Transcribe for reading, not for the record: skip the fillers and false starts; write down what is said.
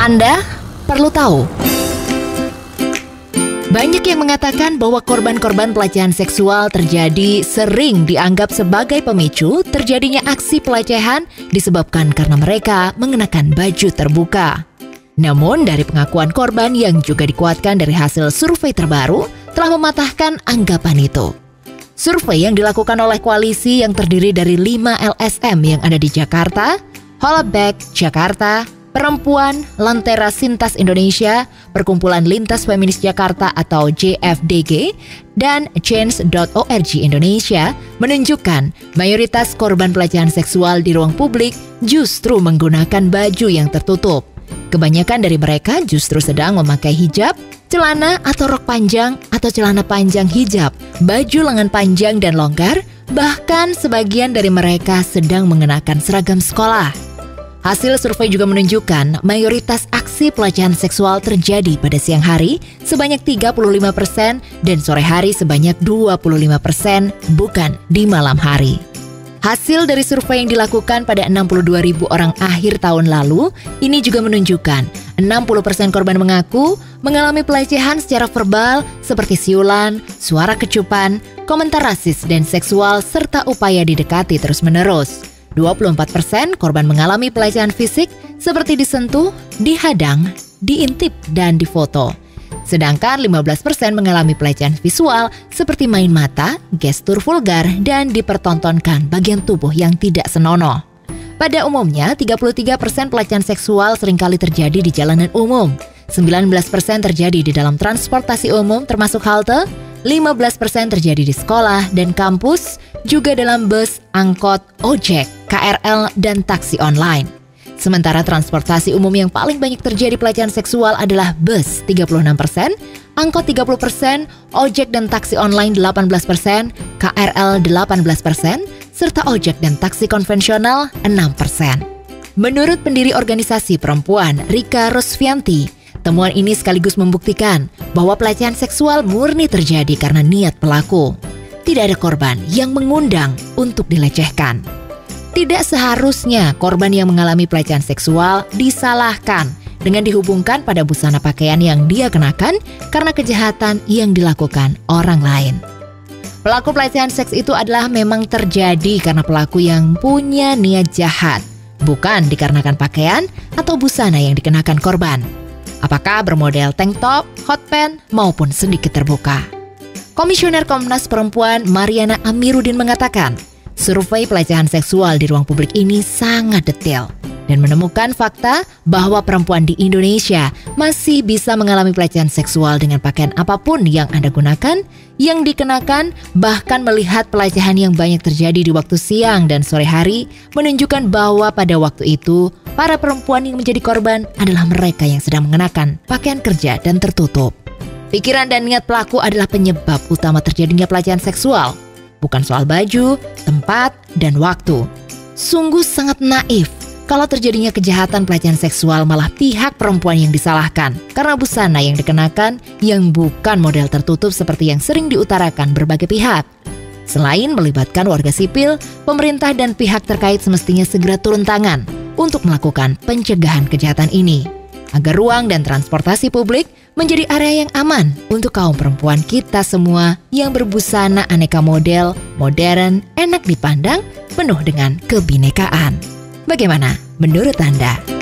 Anda perlu tahu. Banyak yang mengatakan bahwa korban-korban pelecehan seksual terjadi sering dianggap sebagai pemicu terjadinya aksi pelecehan disebabkan karena mereka mengenakan baju terbuka. Namun dari pengakuan korban yang juga dikuatkan dari hasil survei terbaru telah mematahkan anggapan itu. Survei yang dilakukan oleh koalisi yang terdiri dari 5 LSM yang ada di Jakarta, Holabek, Jakarta, Perempuan Lentera Sintas Indonesia, Perkumpulan Lintas Feminis Jakarta atau JFDG, dan Change.org Indonesia menunjukkan mayoritas korban pelecehan seksual di ruang publik justru menggunakan baju yang tertutup. Kebanyakan dari mereka justru sedang memakai hijab, celana atau rok panjang atau celana panjang hijab, baju lengan panjang dan longgar, bahkan sebagian dari mereka sedang mengenakan seragam sekolah. Hasil survei juga menunjukkan mayoritas aksi pelecehan seksual terjadi pada siang hari sebanyak 35% dan sore hari sebanyak 25%, bukan di malam hari. Hasil dari survei yang dilakukan pada 62.000 orang akhir tahun lalu ini juga menunjukkan 60% korban mengaku mengalami pelecehan secara verbal seperti siulan, suara kecupan, komentar rasis dan seksual serta upaya didekati terus-menerus. 24% korban mengalami pelecehan fisik seperti disentuh, dihadang, diintip, dan difoto. Sedangkan 15% mengalami pelecehan visual seperti main mata, gestur vulgar, dan dipertontonkan bagian tubuh yang tidak senonoh. Pada umumnya, 33% pelecehan seksual seringkali terjadi di jalanan umum, 19% terjadi di dalam transportasi umum termasuk halte, 15% terjadi di sekolah dan kampus, juga dalam bus, angkot, ojek, KRL, dan taksi online. Sementara transportasi umum yang paling banyak terjadi pelecehan seksual adalah bus 36%, angkot 30%, ojek dan taksi online 18%, KRL 18%, serta ojek dan taksi konvensional 6%. Menurut pendiri organisasi perempuan Rika Rosvianti, temuan ini sekaligus membuktikan bahwa pelecehan seksual murni terjadi karena niat pelaku. Tidak ada korban yang mengundang untuk dilecehkan. Tidak seharusnya korban yang mengalami pelecehan seksual disalahkan dengan dihubungkan pada busana pakaian yang dia kenakan karena kejahatan yang dilakukan orang lain. Pelaku pelecehan seks itu adalah memang terjadi karena pelaku yang punya niat jahat, bukan dikarenakan pakaian atau busana yang dikenakan korban. Apakah bermodel tank top, hot pants, maupun sedikit terbuka. Komisioner Komnas Perempuan Mariana Amiruddin mengatakan, survei pelecehan seksual di ruang publik ini sangat detail dan menemukan fakta bahwa perempuan di Indonesia masih bisa mengalami pelecehan seksual dengan pakaian apapun yang Anda gunakan, yang dikenakan, bahkan melihat pelecehan yang banyak terjadi di waktu siang dan sore hari menunjukkan bahwa pada waktu itu para perempuan yang menjadi korban adalah mereka yang sedang mengenakan pakaian kerja dan tertutup. Pikiran dan niat pelaku adalah penyebab utama terjadinya pelecehan seksual, bukan soal baju, tempat, dan waktu. Sungguh sangat naif kalau terjadinya kejahatan pelecehan seksual malah pihak perempuan yang disalahkan karena busana yang dikenakan yang bukan model tertutup seperti yang sering diutarakan berbagai pihak. Selain melibatkan warga sipil, pemerintah dan pihak terkait semestinya segera turun tangan untuk melakukan pencegahan kejahatan ini, agar ruang dan transportasi publik menjadi area yang aman untuk kaum perempuan kita semua yang berbusana aneka model, modern, enak dipandang, penuh dengan kebinekaan. Bagaimana menurut Anda?